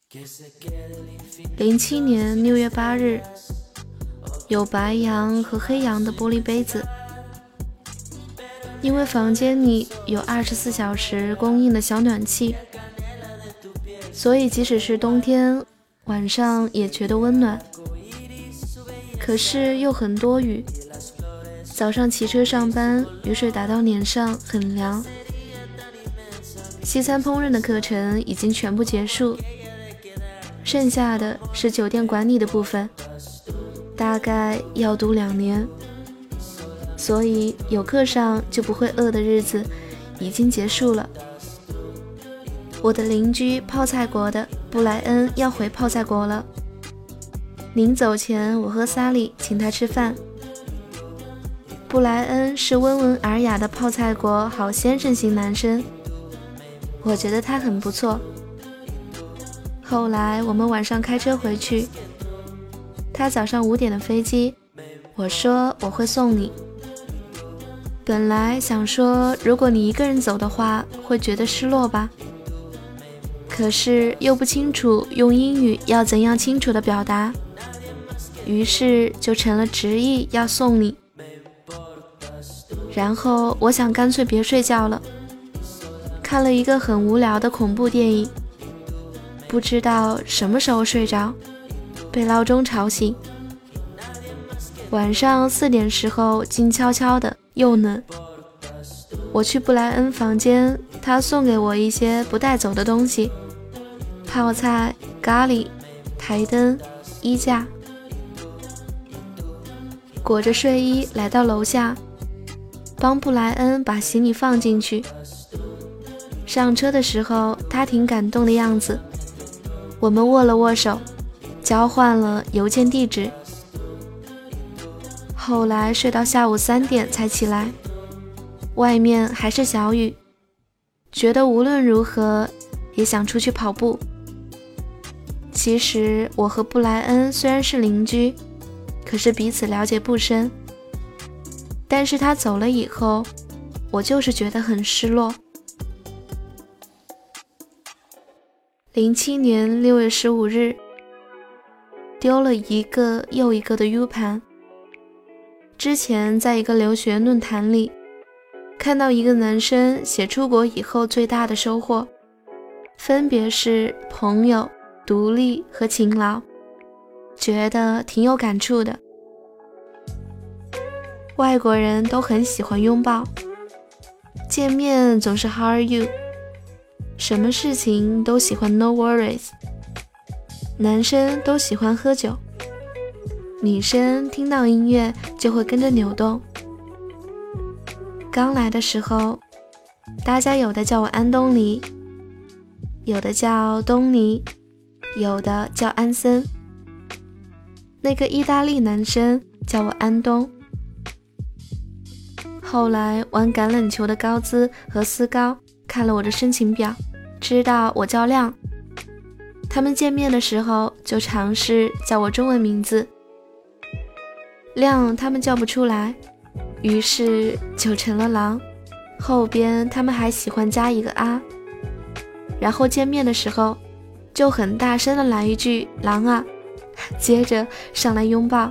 07年6月8日，有白羊和黑羊的玻璃杯子。因为房间里有24小时供应的小暖气，所以即使是冬天，晚上也觉得温暖。可是又很多雨，早上骑车上班，雨水打到脸上，很凉。西餐烹饪的课程已经全部结束，剩下的是酒店管理的部分，大概要读2年，所以有课上就不会饿的日子已经结束了。我的邻居泡菜国的布莱恩要回泡菜国了，临走前我和萨莉请他吃饭。布莱恩是温文尔雅的泡菜国好先生型男生，我觉得他很不错。后来我们晚上开车回去，他早上5点的飞机，我说我会送你。本来想说如果你一个人走的话会觉得失落吧，可是又不清楚用英语要怎样清楚的表达，于是就成了执意要送你。然后我想干脆别睡觉了，看了一个很无聊的恐怖电影，不知道什么时候睡着，被闹钟吵醒。晚上4点时候静悄悄的，又冷。我去布莱恩房间，他送给我一些不带走的东西，泡菜、咖喱、台灯、衣架。裹着睡衣来到楼下，帮布莱恩把行李放进去。上车的时候他挺感动的样子，我们握了握手，交换了邮件地址。后来睡到下午3点才起来，外面还是小雨，觉得无论如何也想出去跑步。其实我和布莱恩虽然是邻居，可是彼此了解不深。但是他走了以后，我就是觉得很失落。07年6月15日，丢了一个又一个的 U 盘。之前在一个留学论坛里，看到一个男生写出国以后最大的收获，分别是朋友、独立和勤劳，觉得挺有感触的。外国人都很喜欢拥抱，见面总是 How are you， 什么事情都喜欢 No worries。 男生都喜欢喝酒，女生听到音乐就会跟着扭动。刚来的时候，大家有的叫我安东尼，有的叫东尼，有的叫安森。那个意大利男生叫我安东。后来玩橄榄球的高姿和思高看了我的申请表，知道我叫亮。他们见面的时候就尝试叫我中文名字，亮他们叫不出来，于是就成了狼，后边他们还喜欢加一个啊。然后见面的时候就很大声的来一句狼啊，接着上来拥抱。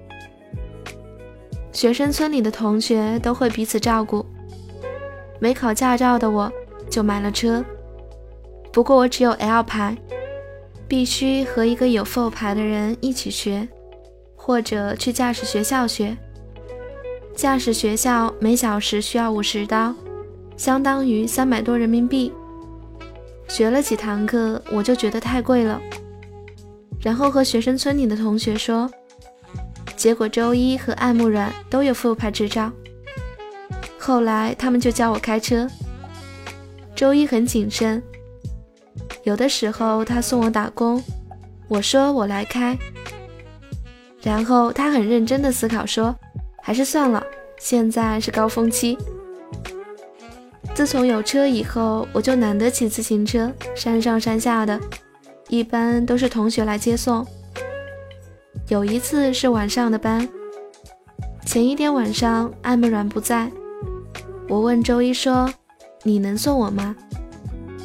学生村里的同学都会彼此照顾，没考驾照的我就买了车，不过我只有 L 牌，必须和一个有 4 牌的人一起学，或者去驾驶学校学。驾驶学校每小时需要50刀，相当于300多人民币。学了几堂课我就觉得太贵了，然后和学生村里的同学说，结果周一和爱慕软都有4牌执照。后来他们就教我开车。周一很谨慎，有的时候他送我打工，我说我来开，然后他很认真的思考说，还是算了，现在是高峰期。自从有车以后，我就懒得骑自行车，山上山下的，一般都是同学来接送。有一次是晚上的班，前一天晚上爱慕软不在，我问周一说，你能送我吗？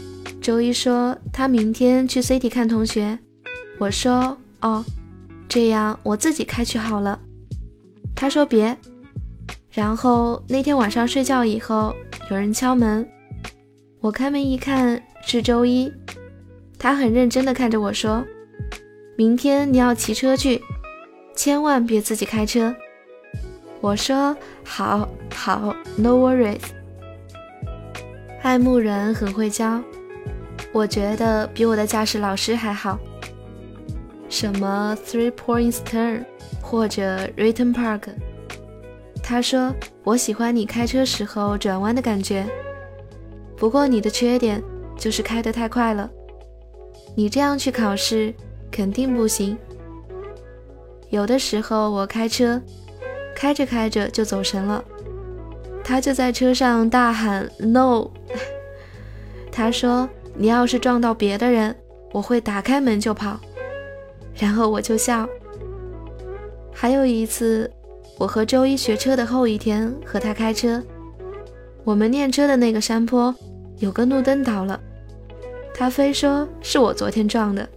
周一说他明天去 City 看同学，我说哦，这样我自己开去好了。他说别。然后那天晚上睡觉以后，有人敲门，我开门一看是周一，他很认真地看着我说，明天你要骑车去，千万别自己开车。我说好 no worries。 爱慕人很会教，我觉得比我的驾驶老师还好，什么 3 points turn 或者 Written Park。 他说我喜欢你开车时候转弯的感觉，不过你的缺点就是开得太快了，你这样去考试肯定不行。有的时候我开车开着开着就走神了，他就在车上大喊 No。 他说你要是撞到别的人，我会打开门就跑，然后我就笑。还有一次，我和周一学车的后一天和他开车，我们练车的那个山坡有个路灯倒了，他非说是我昨天撞的。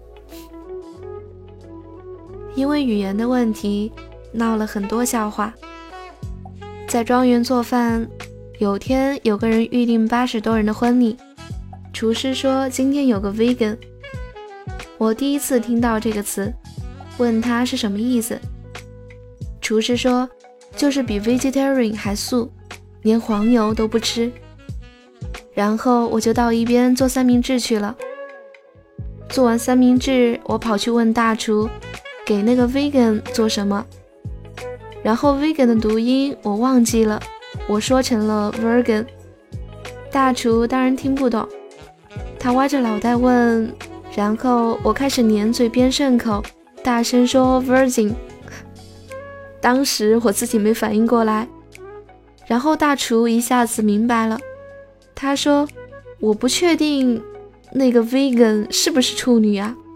因为语言的问题闹了很多笑话。在庄园做饭，有天有个人预定80多人的婚礼，厨师说今天有个 vegan。 我第一次听到这个词，问他是什么意思。厨师说就是比 vegetarian 还素，连黄油都不吃。然后我就到一边做三明治去了。做完三明治，我跑去问大厨给那个 vegan 做什么，然后 vegan 的读音我忘记了，我说成了 vegan。 大厨当然听不懂，他歪着脑袋问，然后我开始连嘴边顺口大声说 virgin。 当时我自己没反应过来，然后大厨一下子明白了，他说我不确定那个 vegan 是不是处女啊。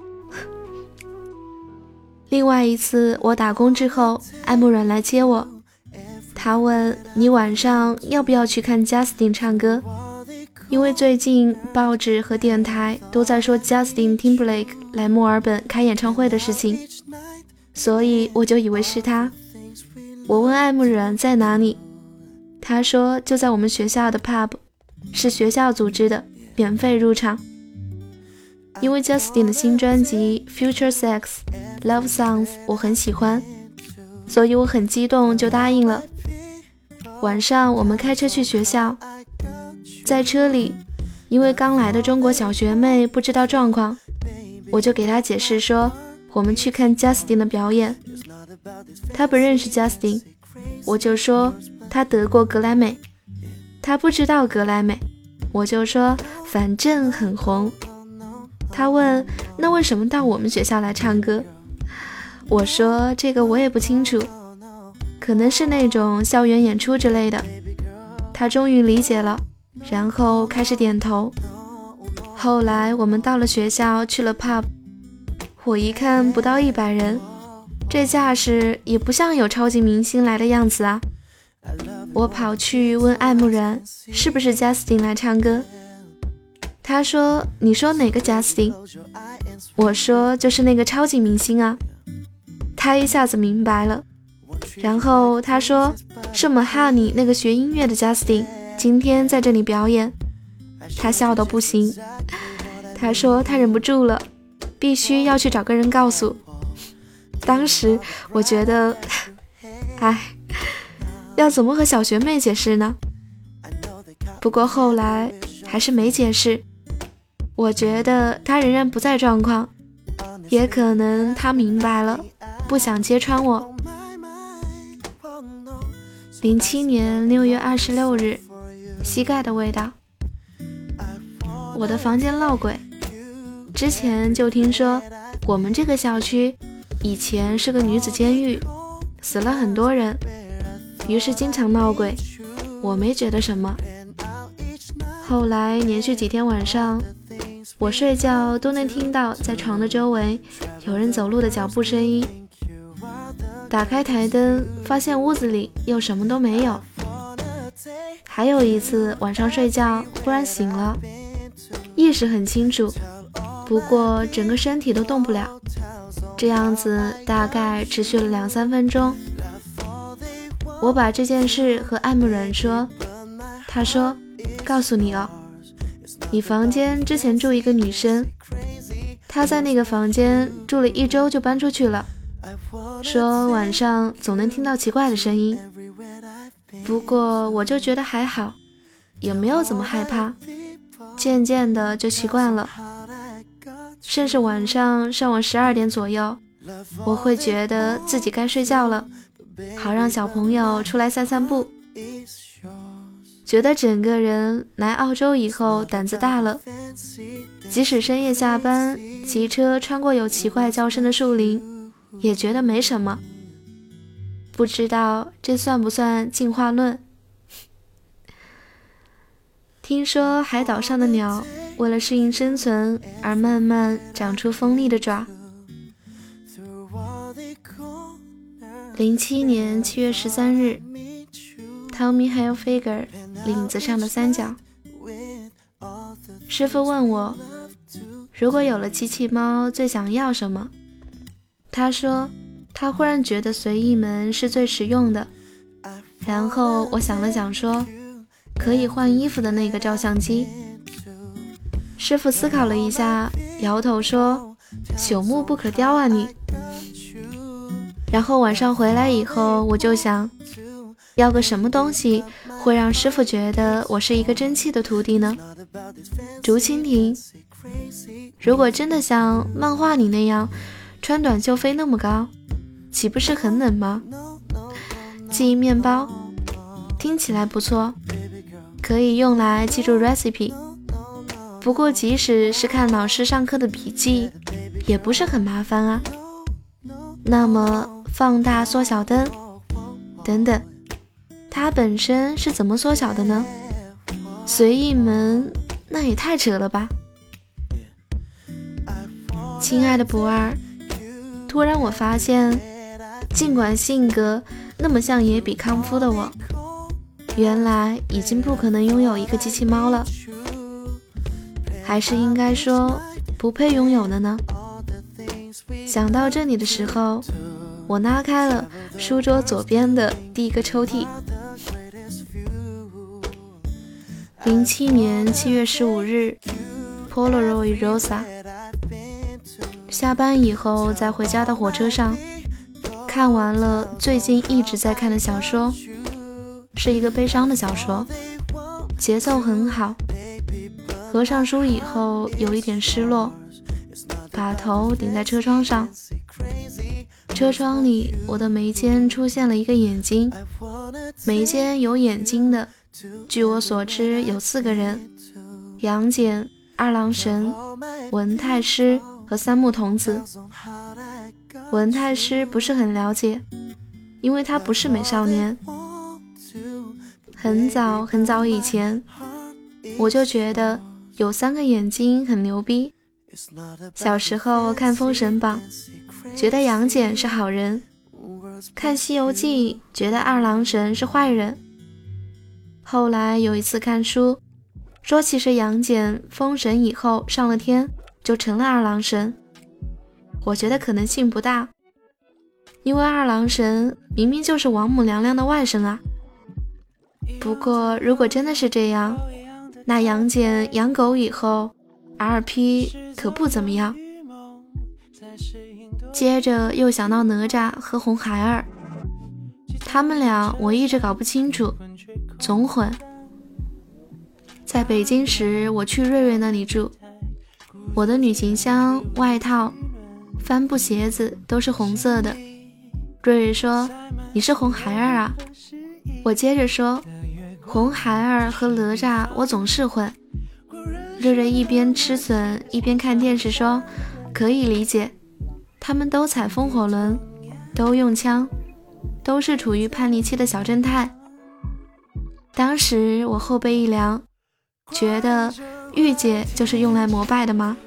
另外一次我打工之后，爱慕软来接我，他问你晚上要不要去看 Justin 唱歌，因为最近报纸和电台都在说 Justin Timberlake 来墨尔本开演唱会的事情，所以我就以为是他。我问爱慕软在哪里，他说就在我们学校的 pub， 是学校组织的，免费入场。因为 Justin 的新专辑 Future Sex Love Songs 我很喜欢，所以我很激动就答应了。晚上我们开车去学校，在车里，因为刚来的中国小学妹不知道状况，我就给她解释说我们去看 Justin 的表演。她不认识 Justin， 我就说他得过格莱美。她不知道格莱美，我就说反正很红。他问那为什么到我们学校来唱歌，我说这个我也不清楚，可能是那种校园演出之类的。他终于理解了，然后开始点头。后来我们到了学校，去了 pub， 我一看不到100人，这架势也不像有超级明星来的样子啊。我跑去问爱慕然是不是 Justin 来唱歌，他说你说哪个 Justin？ 我说就是那个超级明星啊。他一下子明白了，然后他说是Mahoney那个学音乐的 Justin 今天在这里表演。他笑到不行，他说他忍不住了，必须要去找个人告诉。当时我觉得要怎么和小学妹解释呢？不过后来还是没解释，我觉得他仍然不在状况，也可能他明白了，不想揭穿我。07年6月26日，膝盖的味道。我的房间闹鬼，之前就听说我们这个小区以前是个女子监狱，死了很多人，于是经常闹鬼，我没觉得什么。后来连续几天晚上，我睡觉都能听到在床的周围有人走路的脚步声音。打开台灯，发现屋子里又什么都没有。还有一次晚上睡觉忽然醒了， 意识很清楚，不过整个身体都动不了。这样子大概持续了2-3分钟。我把这件事和艾慕软说，他说，告诉你哦，你房间之前住一个女生，她在那个房间住了1周就搬出去了，说晚上总能听到奇怪的声音。不过我就觉得还好，也没有怎么害怕，渐渐的就习惯了。甚至晚上上晚12点左右，我会觉得自己该睡觉了，好让小朋友出来散散步。觉得整个人来澳洲以后胆子大了，即使深夜下班骑车穿过有奇怪叫声的树林，也觉得没什么。不知道这算不算进化论？听说海岛上的鸟为了适应生存而慢慢长出锋利的爪。07年7月13日 Tommy Hilfiger 领子上的3角。师傅问我，如果有了机器猫最想要什么？他说他忽然觉得随意门是最实用的。然后我想了想说，可以换衣服的那个照相机。师傅思考了一下，摇头说，朽木不可雕啊你。然后晚上回来以后，我就想要个什么东西会让师傅觉得我是一个争气的徒弟呢？竹蜻蜓。如果真的像漫画里那样穿短袖飞那么高，岂不是很冷吗？记忆面包听起来不错，可以用来记住 recipe。 不过即使是看老师上课的笔记也不是很麻烦啊。那么放大缩小灯等等，它本身是怎么缩小的呢？随意门那也太扯了吧。亲爱的不二，突然我发现，尽管性格那么像野比康夫的我，原来已经不可能拥有一个机器猫了。还是应该说不配拥有的呢？想到这里的时候，我拉开了书桌左边的第一个抽屉。07年7月15日 Polaroid Rosa。 下班以后在回家的火车上看完了最近一直在看的小说，是一个悲伤的小说，节奏很好。合上书以后有一点失落，把头顶在车窗上。车窗里我的眉间出现了一个眼睛，眉间有眼睛的据我所知有4个人，杨戬、二郎神、文太师和三木童子。文太师不是很了解，因为他不是美少年。很早很早以前我就觉得有3个眼睛很牛逼。小时候看《封神榜》觉得杨戬是好人，看《西游记》觉得二郎神是坏人。后来有一次看书说，其实杨戬封神以后上了天就成了二郎神。我觉得可能性不大，因为二郎神明明就是王母娘娘的外甥啊。不过如果真的是这样，那杨戬养狗以后 RP 可不怎么样。接着又想到哪吒和红孩儿，他们俩我一直搞不清楚，总混。在北京时我去瑞瑞那里住，我的旅行箱、外套、帆布鞋子都是红色的。瑞瑞说，你是红孩儿啊？我接着说，红孩儿和哪吒我总是混。瑞瑞一边吃笋一边看电视说，可以理解，他们都踩风火轮，都用枪，都是处于叛逆期的小正太。当时我后背一凉，觉得御姐就是用来膜拜的吗？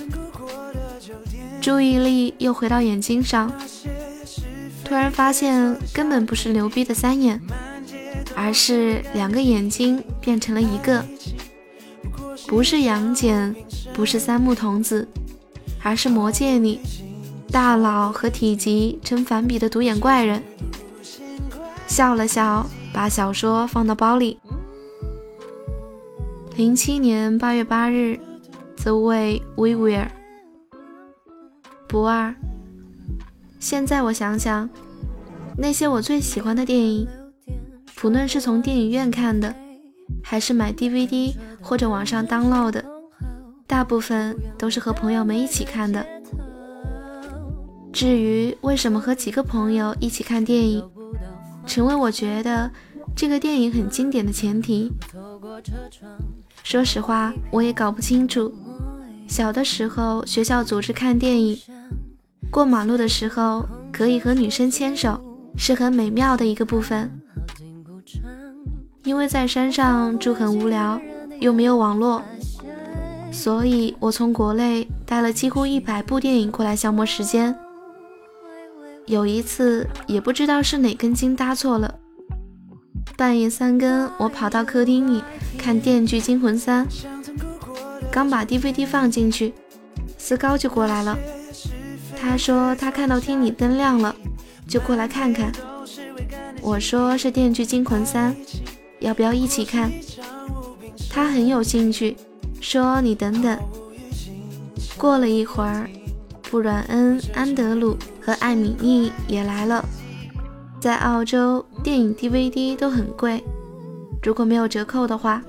注意力又回到眼睛上，突然发现根本不是牛逼的3眼，而是2个眼睛变成了1个。 不是杨戬，不是三木童子，而是魔界里大脑和体积成反比的独眼怪人。笑了笑，把小说放到包里。07年8月8日 The Way We Were。 不二。现在我想想，那些我最喜欢的电影，不论是从电影院看的，还是买 DVD 或者网上 download 的，大部分都是和朋友们一起看的。至于为什么和几个朋友一起看电影，成为我觉得这个电影很经典的前提。说实话，我也搞不清楚。小的时候学校组织看电影，过马路的时候可以和女生牵手，是很美妙的一个部分。因为在山上住很无聊，又没有网络，所以我从国内带了几乎100部电影过来消磨时间。有一次也不知道是哪根筋搭错了，半夜3更我跑到客厅里看《电锯惊魂3》，刚把 DVD 放进去，思高就过来了。他说他看到厅里灯亮了，就过来看看。我说是《电锯惊魂3》，要不要一起看？他很有兴趣，说你等等。过了一会儿，布软恩、安德鲁和艾米丽也来了。在澳洲，电影 DVD 都很贵，如果没有折扣的话，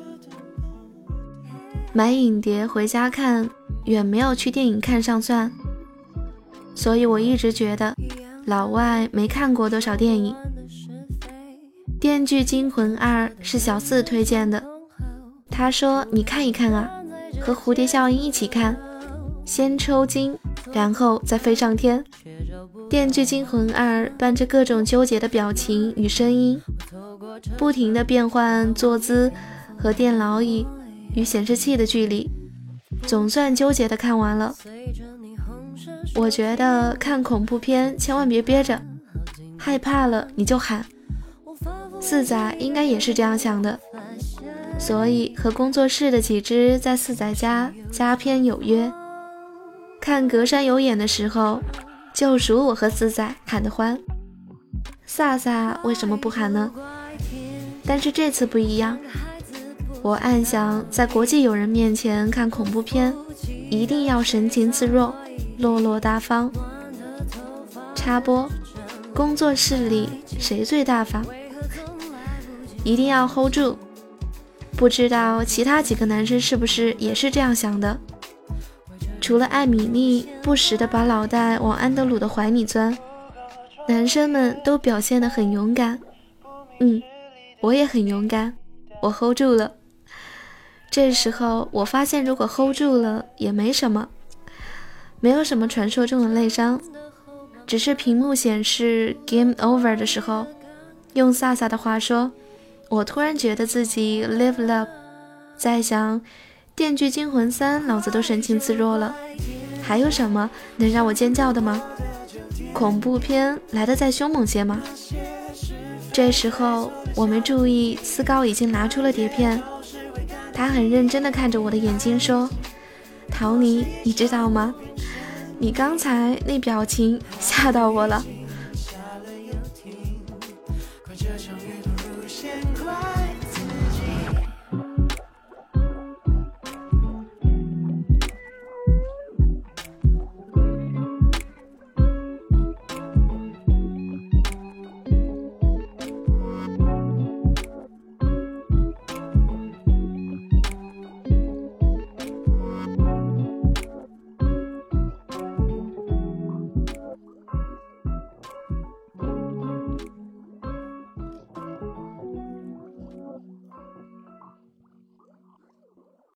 买影碟回家看远没有去电影看上算。所以我一直觉得老外没看过多少电影。《电锯惊魂2》是小4推荐的，他说你看一看啊，和蝴蝶效应一起看，先抽筋，然后再飞上天。《电锯惊魂2》伴着各种纠结的表情与声音，不停地变换坐姿和电脑椅与显示器的距离，总算纠结地看完了。我觉得看恐怖片千万别憋着，害怕了你就喊。四仔应该也是这样想的，所以和工作室的几只在四仔家加片有约。看隔山有眼的时候，就属我和四仔喊得欢。萨萨为什么不喊呢？但是这次不一样，我暗想在国际友人面前看恐怖片，一定要神情自若，落落大方。插播，工作室里谁最大方？一定要 hold 住。不知道其他几个男生是不是也是这样想的？除了艾米丽不时地把脑袋往安德鲁的怀里钻，男生们都表现得很勇敢。我也很勇敢，我 hold 住了。这时候我发现如果 hold 住了也没什么，没有什么传说中的内伤，只是屏幕显示 game over 的时候，用萨萨的话说，我突然觉得自己 live up， 在想电锯惊魂3老子都神情自若了，还有什么能让我尖叫的吗？恐怖片来得再凶猛些吗？这时候我没注意思高已经拿出了碟片，他很认真地看着我的眼睛说，陶尼，你知道吗？你刚才那表情吓到我了。